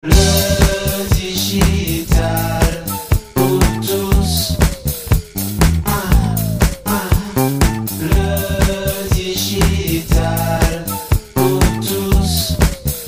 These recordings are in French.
Le digital pour tous. Le digital pour tous.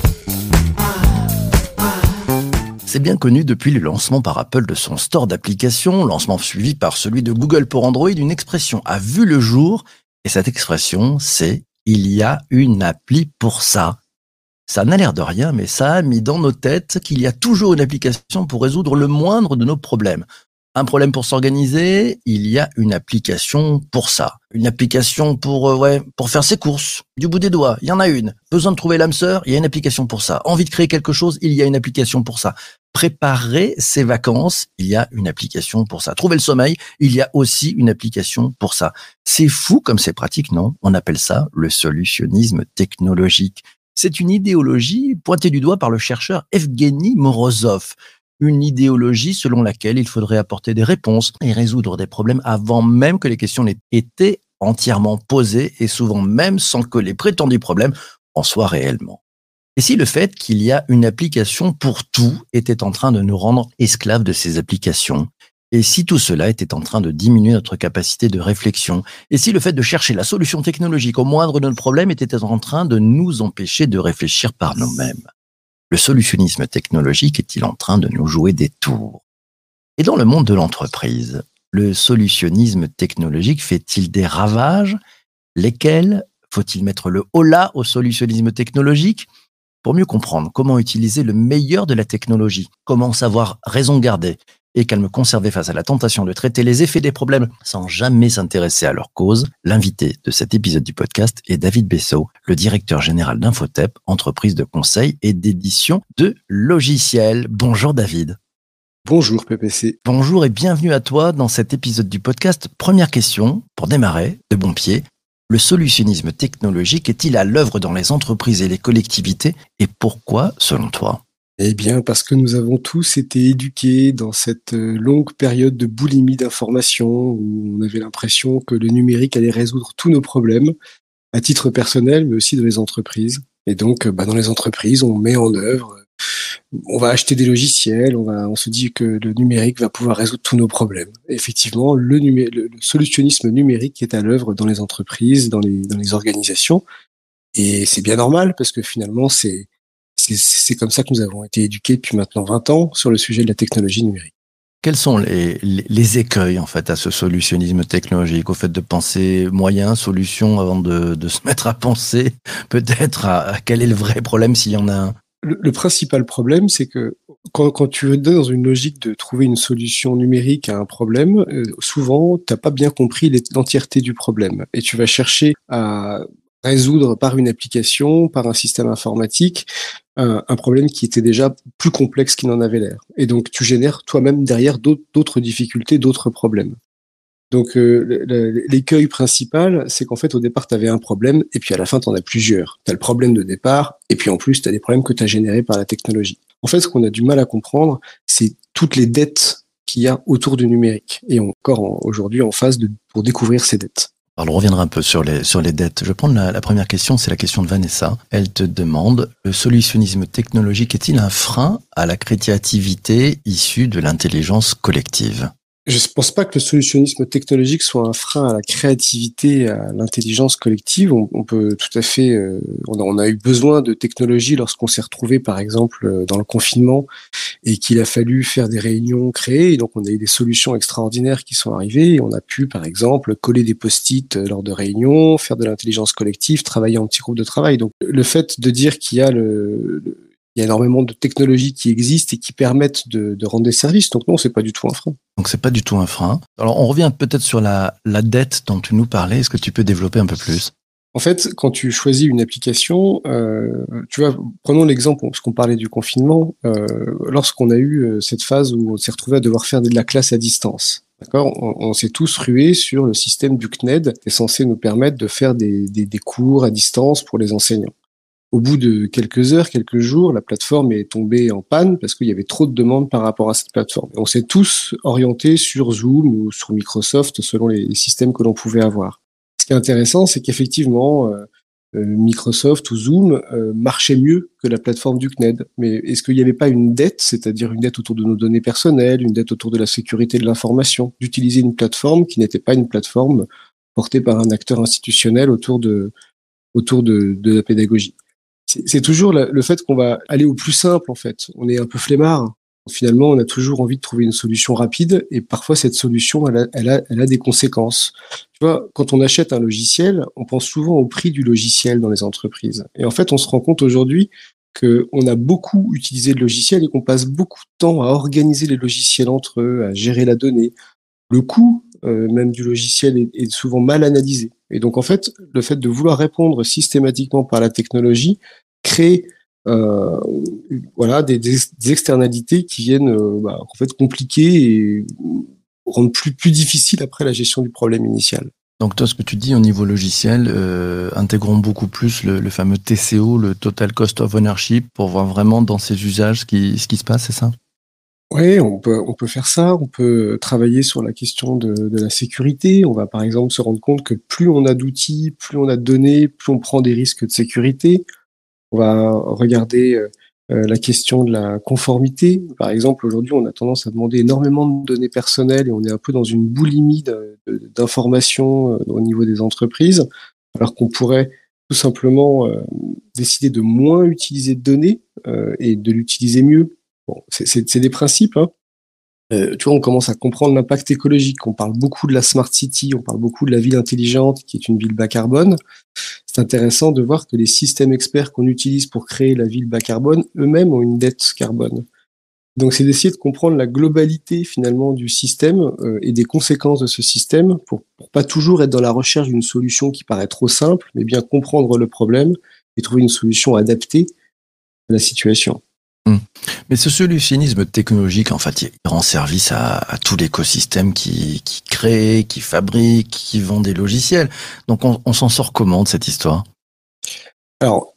C'est bien connu depuis le lancement par Apple de son store d'applications, lancement suivi par celui de Google pour Android, une expression a vu le jour, et cette expression, c'est « il y a une appli pour ça ». Ça n'a l'air de rien, mais ça a mis dans nos têtes qu'il y a toujours une application pour résoudre le moindre de nos problèmes. Un problème pour s'organiser, il y a une application pour ça. Une application pour faire ses courses, du bout des doigts, il y en a une. Besoin de trouver l'âme sœur, il y a une application pour ça. Envie de créer quelque chose, il y a une application pour ça. Préparer ses vacances, il y a une application pour ça. Trouver le sommeil, il y a aussi une application pour ça. C'est fou comme c'est pratique, non? On appelle ça le solutionnisme technologique. C'est une idéologie pointée du doigt par le chercheur Evgeny Morozov. Une idéologie selon laquelle il faudrait apporter des réponses et résoudre des problèmes avant même que les questions n'aient été entièrement posées et souvent même sans que les prétendus problèmes en soient réellement. Et si le fait qu'il y a une application pour tout était en train de nous rendre esclaves de ces applications? Et si tout cela était en train de diminuer notre capacité de réflexion? Et si le fait de chercher la solution technologique au moindre de nos problèmes était en train de nous empêcher de réfléchir par nous-mêmes? Le solutionnisme technologique est-il en train de nous jouer des tours? Et dans le monde de l'entreprise, le solutionnisme technologique fait-il des ravages? Lesquels? Faut-il mettre le holà au solutionnisme technologique? Pour mieux comprendre comment utiliser le meilleur de la technologie, comment savoir raison garder et calme conserver face à la tentation de traiter les effets des problèmes sans jamais s'intéresser à leur cause, l'invité de cet épisode du podcast est David Bessot, le directeur général d'Infotep, entreprise de conseil et d'édition de logiciels. Bonjour David. Bonjour PPC. Bonjour et bienvenue à toi dans cet épisode du podcast. Première question, pour démarrer, de bon pied. Le solutionnisme technologique est-il à l'œuvre dans les entreprises et les collectivités et pourquoi selon toi? Eh bien, parce que nous avons tous été éduqués dans cette longue période de boulimie d'informations où on avait l'impression que le numérique allait résoudre tous nos problèmes, à titre personnel, mais aussi dans les entreprises. Et donc, dans les entreprises, on met en œuvre, on va acheter des logiciels, on se dit que le numérique va pouvoir résoudre tous nos problèmes. Et effectivement, le solutionnisme numérique est à l'œuvre dans les entreprises, dans les organisations. Et c'est bien normal parce que finalement, c'est comme ça que nous avons été éduqués depuis maintenant 20 ans sur le sujet de la technologie numérique. Quels sont les écueils en fait à ce solutionnisme technologique, au fait de penser moyen, solution avant de se mettre à penser peut-être à quel est le vrai problème s'il y en a un? Le principal problème, c'est que quand tu es dans une logique de trouver une solution numérique à un problème, souvent, tu n'as pas bien compris l'entièreté du problème. Et tu vas chercher à résoudre par une application, par un système informatique, un problème qui était déjà plus complexe qu'il n'en avait l'air. Et donc, tu génères toi-même derrière d'autres difficultés, d'autres problèmes. Donc, l'écueil principal, c'est qu'en fait, au départ, tu avais un problème, et puis à la fin, tu en as plusieurs. Tu as le problème de départ, et puis en plus, tu as des problèmes que tu as générés par la technologie. En fait, ce qu'on a du mal à comprendre, c'est toutes les dettes qu'il y a autour du numérique. Et encore aujourd'hui en phase pour découvrir ces dettes. Alors, on reviendra un peu sur les dettes. Je vais prendre la première question, c'est la question de Vanessa. Elle te demande, le solutionnisme technologique est-il un frein à la créativité issue de l'intelligence collective? Je ne pense pas que le solutionnisme technologique soit un frein à la créativité, à l'intelligence collective. On peut tout à fait, on a eu besoin de technologie lorsqu'on s'est retrouvé, par exemple, dans le confinement et qu'il a fallu faire des réunions créées. Et donc, on a eu des solutions extraordinaires qui sont arrivées. Et on a pu, par exemple, coller des post-it lors de réunions, faire de l'intelligence collective, travailler en petits groupes de travail. Donc, le fait de dire qu'il y a il y a énormément de technologies qui existent et qui permettent de rendre des services. Donc non, c'est pas du tout un frein. Donc c'est pas du tout un frein. Alors on revient peut-être sur la dette dont tu nous parlais. Est-ce que tu peux développer un peu plus? En fait, quand tu choisis une application, tu vois, prenons l'exemple, parce qu'on parlait du confinement, lorsqu'on a eu cette phase où on s'est retrouvé à devoir faire de la classe à distance. D'accord, on s'est tous rués sur le système du CNED, qui est censé nous permettre de faire des cours à distance pour les enseignants. Au bout de quelques heures, quelques jours, la plateforme est tombée en panne parce qu'il y avait trop de demandes par rapport à cette plateforme. On s'est tous orientés sur Zoom ou sur Microsoft selon les systèmes que l'on pouvait avoir. Ce qui est intéressant, c'est qu'effectivement, Microsoft ou Zoom marchait mieux que la plateforme du CNED. Mais est-ce qu'il n'y avait pas une dette, c'est-à-dire une dette autour de nos données personnelles, une dette autour de la sécurité de l'information, d'utiliser une plateforme qui n'était pas une plateforme portée par un acteur institutionnel autour de la pédagogie? C'est toujours le fait qu'on va aller au plus simple, en fait. On est un peu flemmard. Finalement, on a toujours envie de trouver une solution rapide et parfois cette solution, elle a des conséquences. Tu vois, quand on achète un logiciel, on pense souvent au prix du logiciel dans les entreprises. Et en fait, on se rend compte aujourd'hui qu'on a beaucoup utilisé le logiciel et qu'on passe beaucoup de temps à organiser les logiciels entre eux, à gérer la donnée. Le coût même du logiciel est souvent mal analysé. Et donc, en fait, le fait de vouloir répondre systématiquement par la technologie crée voilà, des externalités qui viennent en fait compliquer et rendre plus difficile après la gestion du problème initial. Donc toi, ce que tu dis au niveau logiciel, intégrons beaucoup plus le fameux TCO, le Total Cost of Ownership, pour voir vraiment dans ces usages ce qui se passe, c'est ça? Oui, on peut faire ça. On peut travailler sur la question de la sécurité. On va par exemple se rendre compte que plus on a d'outils, plus on a de données, plus on prend des risques de sécurité. On va regarder la question de la conformité. Par exemple, aujourd'hui, on a tendance à demander énormément de données personnelles et on est un peu dans une boulimie d'informations au niveau des entreprises, alors qu'on pourrait tout simplement décider de moins utiliser de données et de l'utiliser mieux. Bon, c'est des principes, hein. Tu vois, on commence à comprendre l'impact écologique. On parle beaucoup de la smart city, on parle beaucoup de la ville intelligente, qui est une ville bas carbone. C'est intéressant de voir que les systèmes experts qu'on utilise pour créer la ville bas carbone, eux-mêmes ont une dette carbone. Donc, c'est d'essayer de comprendre la globalité finalement du système et des conséquences de ce système pour pas toujours être dans la recherche d'une solution qui paraît trop simple, mais bien comprendre le problème et trouver une solution adaptée à la situation. Mais ce solutionnisme technologique, en fait, il rend service à tout l'écosystème qui crée, qui fabrique, qui vend des logiciels. Donc, on s'en sort comment de cette histoire? Alors,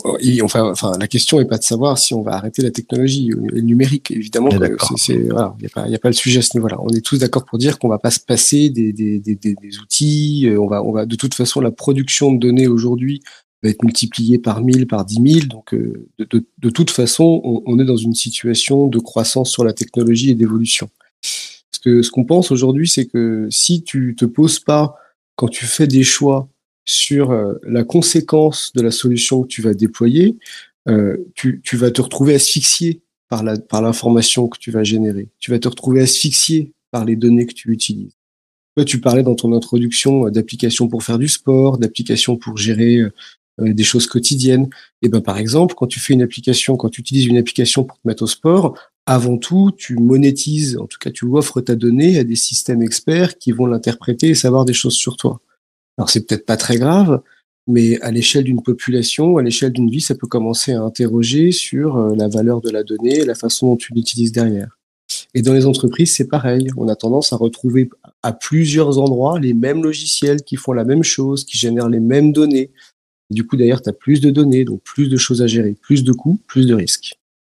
la question n'est pas de savoir si on va arrêter la technologie le numérique. Évidemment, Voilà, il y a pas le sujet à ce niveau-là. On est tous d'accord pour dire qu'on va pas se passer des outils. On va de toute façon, la production de données aujourd'hui va être multipliée par 1000, par 10 000. Donc, de toute façon, on est dans une situation de croissance sur la technologie et d'évolution. Parce que ce qu'on pense aujourd'hui, c'est que si tu te poses pas, quand tu fais des choix sur la conséquence de la solution que tu vas déployer, tu vas te retrouver asphyxié par l'information que tu vas générer. Tu vas te retrouver asphyxié par les données que tu utilises. Toi, tu parlais dans ton introduction d'applications pour faire du sport, d'applications pour gérer des choses quotidiennes. Et ben, par exemple, quand tu utilises une application pour te mettre au sport, avant tout, tu monétises, en tout cas, tu offres ta donnée à des systèmes experts qui vont l'interpréter et savoir des choses sur toi. Alors, c'est peut-être pas très grave, mais à l'échelle d'une population, à l'échelle d'une vie, ça peut commencer à interroger sur la valeur de la donnée et la façon dont tu l'utilises derrière. Et dans les entreprises, c'est pareil. On a tendance à retrouver à plusieurs endroits les mêmes logiciels qui font la même chose, qui génèrent les mêmes données. Et du coup, d'ailleurs, tu as plus de données, donc plus de choses à gérer, plus de coûts, plus de risques.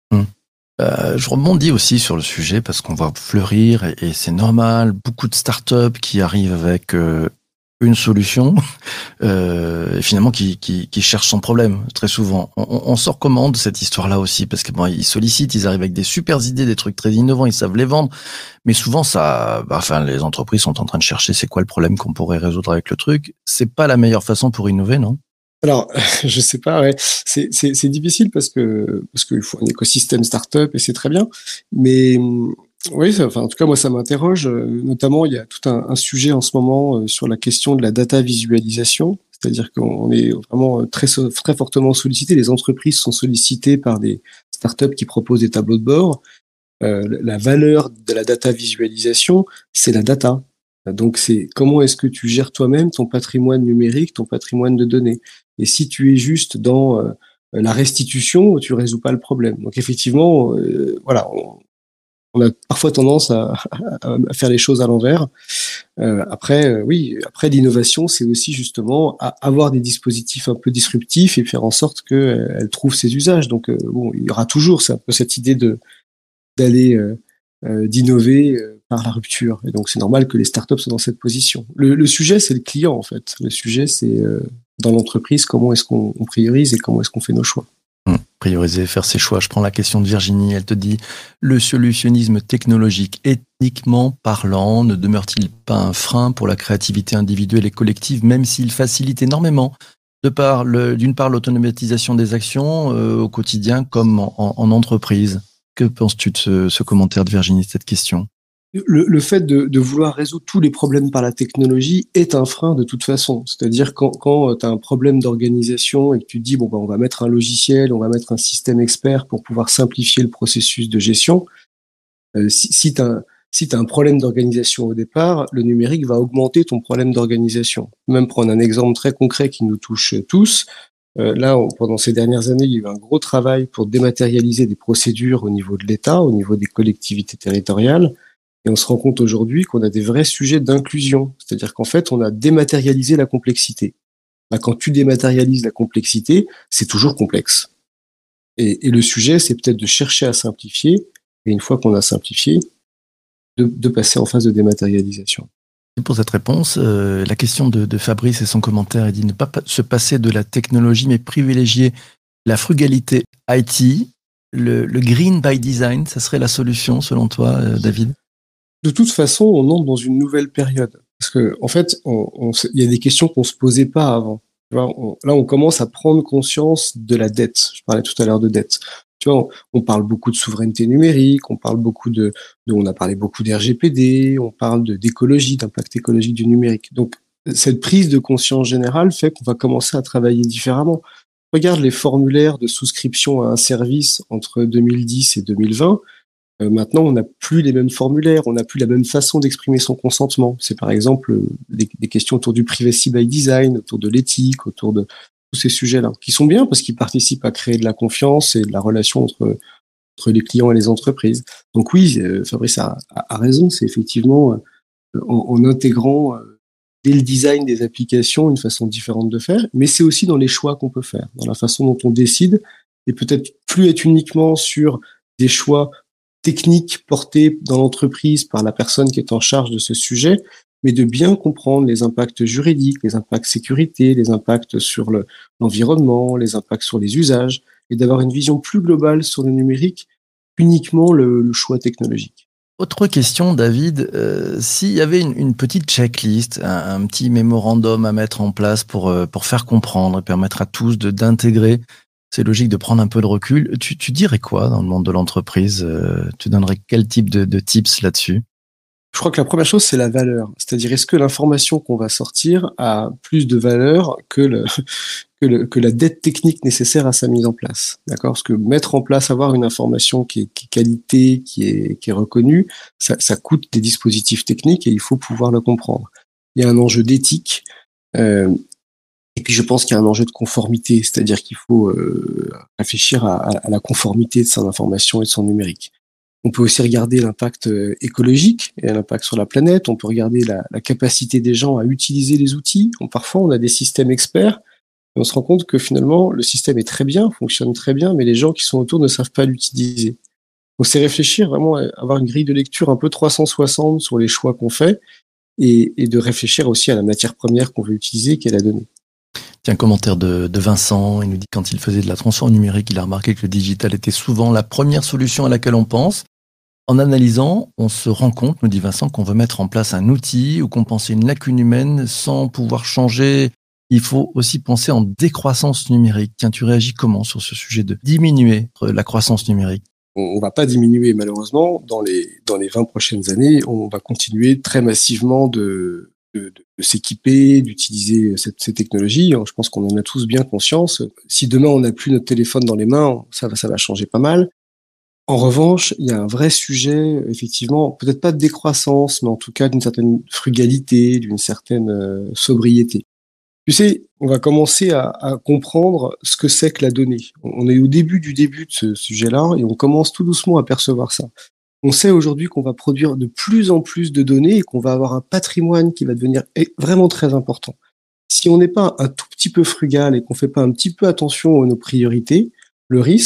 Je rebondis aussi sur le sujet parce qu'on voit fleurir, et c'est normal, beaucoup de startups qui arrivent avec une solution, et finalement qui cherchent son problème très souvent. On se recommande cette histoire-là aussi parce que bon, ils sollicitent, ils arrivent avec des super idées, des trucs très innovants, ils savent les vendre, mais souvent les entreprises sont en train de chercher c'est quoi le problème qu'on pourrait résoudre avec le truc. C'est pas la meilleure façon pour innover, non? Alors, je sais pas, ouais. C'est difficile parce qu'il faut un écosystème startup et c'est très bien. Mais oui, en tout cas, moi, ça m'interroge. Notamment, il y a tout un sujet en ce moment sur la question de la data visualisation. C'est-à-dire qu'on est vraiment très fortement sollicité. Les entreprises sont sollicitées par des startups qui proposent des tableaux de bord. La valeur de la data visualisation, c'est la data. Donc, c'est comment est-ce que tu gères toi-même ton patrimoine numérique, ton patrimoine de données. Et si tu es juste dans la restitution, tu résous pas le problème. Donc, effectivement, voilà, on a parfois tendance à faire les choses à l'envers. Après l'innovation, c'est aussi justement avoir des dispositifs un peu disruptifs et faire en sorte qu'elles trouvent ses usages. Donc, il y aura toujours un peu cette idée d'aller d'innover par la rupture. Et donc, c'est normal que les startups soient dans cette position. Le sujet, c'est le client, en fait. Le sujet, c'est dans l'entreprise, comment est-ce qu'on priorise et comment est-ce qu'on fait nos choix. Prioriser, faire ses choix. Je prends la question de Virginie. Elle te dit, le solutionnisme technologique, éthiquement parlant, ne demeure-t-il pas un frein pour la créativité individuelle et collective, même s'il facilite énormément d'une part l'automatisation des actions au quotidien comme en entreprise? Que penses-tu de ce commentaire de Virginie, de cette question? Le fait de vouloir résoudre tous les problèmes par la technologie est un frein de toute façon. C'est-à-dire quand tu as un problème d'organisation et que tu te dis, on va mettre un logiciel, on va mettre un système expert pour pouvoir simplifier le processus de gestion, si tu as un problème d'organisation au départ, le numérique va augmenter ton problème d'organisation. Même prendre un exemple très concret qui nous touche tous. Pendant ces dernières années, il y a eu un gros travail pour dématérialiser des procédures au niveau de l'État, au niveau des collectivités territoriales. Et on se rend compte aujourd'hui qu'on a des vrais sujets d'inclusion. C'est-à-dire qu'en fait, on a dématérialisé la complexité. Quand tu dématérialises la complexité, c'est toujours complexe. Et le sujet, c'est peut-être de chercher à simplifier. Et une fois qu'on a simplifié, de passer en phase de dématérialisation. Pour cette réponse, la question de Fabrice et son commentaire, il dit ne pas se passer de la technologie, mais privilégier la frugalité IT, le green by design, ça serait la solution selon toi, David? De toute façon, on entre dans une nouvelle période. Parce que, en fait, il y a des questions qu'on se posait pas avant. Tu vois, là, on commence à prendre conscience de la dette. Je parlais tout à l'heure de dette. Tu vois, on parle beaucoup de souveraineté numérique, on parle beaucoup on a parlé beaucoup d'RGPD, on parle d'écologie, d'impact écologique du numérique. Donc, cette prise de conscience générale fait qu'on va commencer à travailler différemment. Regarde les formulaires de souscription à un service entre 2010 et 2020. Maintenant, on n'a plus les mêmes formulaires, on n'a plus la même façon d'exprimer son consentement. C'est par exemple des questions autour du privacy by design, autour de l'éthique, autour de tous ces sujets-là, qui sont bien parce qu'ils participent à créer de la confiance et de la relation entre les clients et les entreprises. Donc oui, Fabrice a raison, c'est effectivement en intégrant dès le design des applications une façon différente de faire, mais c'est aussi dans les choix qu'on peut faire, dans la façon dont on décide, et peut-être plus être uniquement sur des choix techniques portées dans l'entreprise par la personne qui est en charge de ce sujet, mais de bien comprendre les impacts juridiques, les impacts sécurité, les impacts sur l'environnement, les impacts sur les usages, et d'avoir une vision plus globale sur le numérique, uniquement le choix technologique. Autre question, David, s'il y avait une petite checklist, un petit mémorandum à mettre en place pour faire comprendre et permettre à tous d'intégrer, c'est logique de prendre un peu de recul, tu dirais quoi dans le monde de l'entreprise? Tu donnerais quel type de tips là-dessus? Je crois que la première chose, c'est la valeur. C'est-à-dire, est-ce que l'information qu'on va sortir a plus de valeur que la dette technique nécessaire à sa mise en place? D'accord? Parce que mettre en place, avoir une information qui est qualité, qui est reconnue, ça coûte des dispositifs techniques et il faut pouvoir le comprendre. Il y a un enjeu d'éthique, et puis je pense qu'il y a un enjeu de conformité, c'est-à-dire qu'il faut réfléchir à la conformité de son information et de son numérique. On peut aussi regarder l'impact écologique et l'impact sur la planète. On peut regarder la capacité des gens à utiliser les outils. Parfois, on a des systèmes experts et on se rend compte que finalement, le système est très bien, fonctionne très bien, mais les gens qui sont autour ne savent pas l'utiliser. Donc, c'est réfléchir vraiment à avoir une grille de lecture un peu 360 sur les choix qu'on fait et de réfléchir aussi à la matière première qu'on veut utiliser, qui est la donnée. Tiens, un commentaire de Vincent, il nous dit que quand il faisait de la transformation numérique, il a remarqué que le digital était souvent la première solution à laquelle on pense. En analysant, on se rend compte, nous dit Vincent, qu'on veut mettre en place un outil ou compenser une lacune humaine sans pouvoir changer. Il faut aussi penser en décroissance numérique. Tiens, tu réagis comment sur ce sujet de diminuer la croissance numérique? On va pas diminuer malheureusement. Dans les 20 prochaines années, on va continuer très massivement de s'équiper, d'utiliser ces technologies. Je pense qu'on en a tous bien conscience. Si demain on n'a plus notre téléphone dans les mains, ça va changer pas mal. En revanche, il y a un vrai sujet, effectivement, peut-être pas de décroissance, mais en tout cas d'une certaine frugalité, d'une certaine sobriété. Tu sais, on va commencer à comprendre ce que c'est que la donnée. On est au début de ce sujet-là et on commence tout doucement à percevoir ça. On sait aujourd'hui qu'on va produire de plus en plus de données et qu'on va avoir un patrimoine qui va devenir vraiment très important. Si on n'est pas un tout petit peu frugal et qu'on fait pas un petit peu attention à nos priorités, le risque,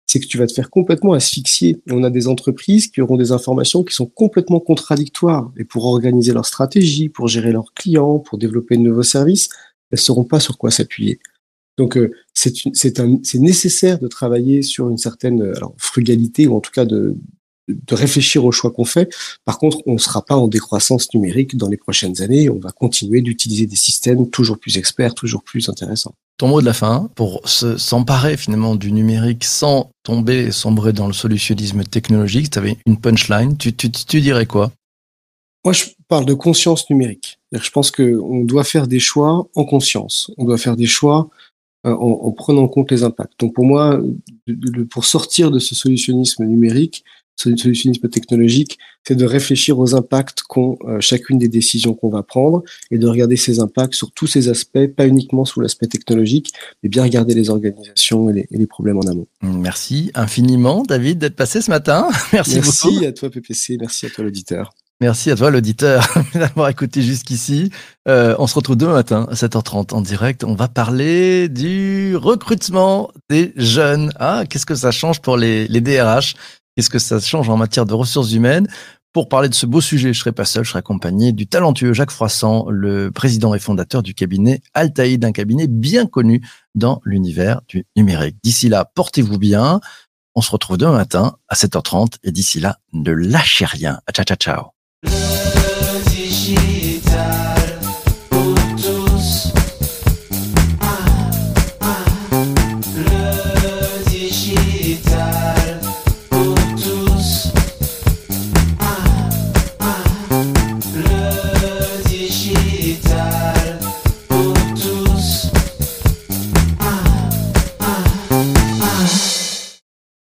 c'est que tu vas te faire complètement asphyxier. Et on a des entreprises qui auront des informations qui sont complètement contradictoires. Et pour organiser leur stratégie, pour gérer leurs clients, pour développer de nouveaux services, elles ne sauront pas sur quoi s'appuyer. Donc, c'est nécessaire de travailler sur une certaine frugalité, ou en tout cas de réfléchir aux choix qu'on fait. Par contre, on ne sera pas en décroissance numérique dans les prochaines années. On va continuer d'utiliser des systèmes toujours plus experts, toujours plus intéressants. Ton mot de la fin, pour s'emparer finalement du numérique sans tomber et sombrer dans le solutionnisme technologique, si tu avais une punchline, tu dirais quoi? Moi, je parle de conscience numérique. Je pense qu'on doit faire des choix en conscience. On doit faire des choix en prenant en compte les impacts. Donc pour moi, pour sortir de ce solutionnisme numérique, ce solutionnisme technologique, c'est de réfléchir aux impacts qu'ont chacune des décisions qu'on va prendre et de regarder ces impacts sur tous ces aspects, pas uniquement sous l'aspect technologique, mais bien regarder les organisations et les problèmes en amont. Merci infiniment, David, d'être passé ce matin. Merci beaucoup. Merci à toi, PPC. Merci à toi, l'auditeur. Merci à toi, l'auditeur, d'avoir écouté jusqu'ici. On se retrouve demain matin à 7h30 en direct. On va parler du recrutement des jeunes. Ah, qu'est-ce que ça change pour les DRH? Qu'est-ce que ça change en matière de ressources humaines? Pour parler de ce beau sujet, je serai pas seul, je serai accompagné du talentueux Jacques Froissart, le président et fondateur du cabinet Altaïd, un cabinet bien connu dans l'univers du numérique. D'ici là, portez-vous bien. On se retrouve demain matin à 7h30 et d'ici là, ne lâchez rien. Ciao, ciao, ciao. Le digital.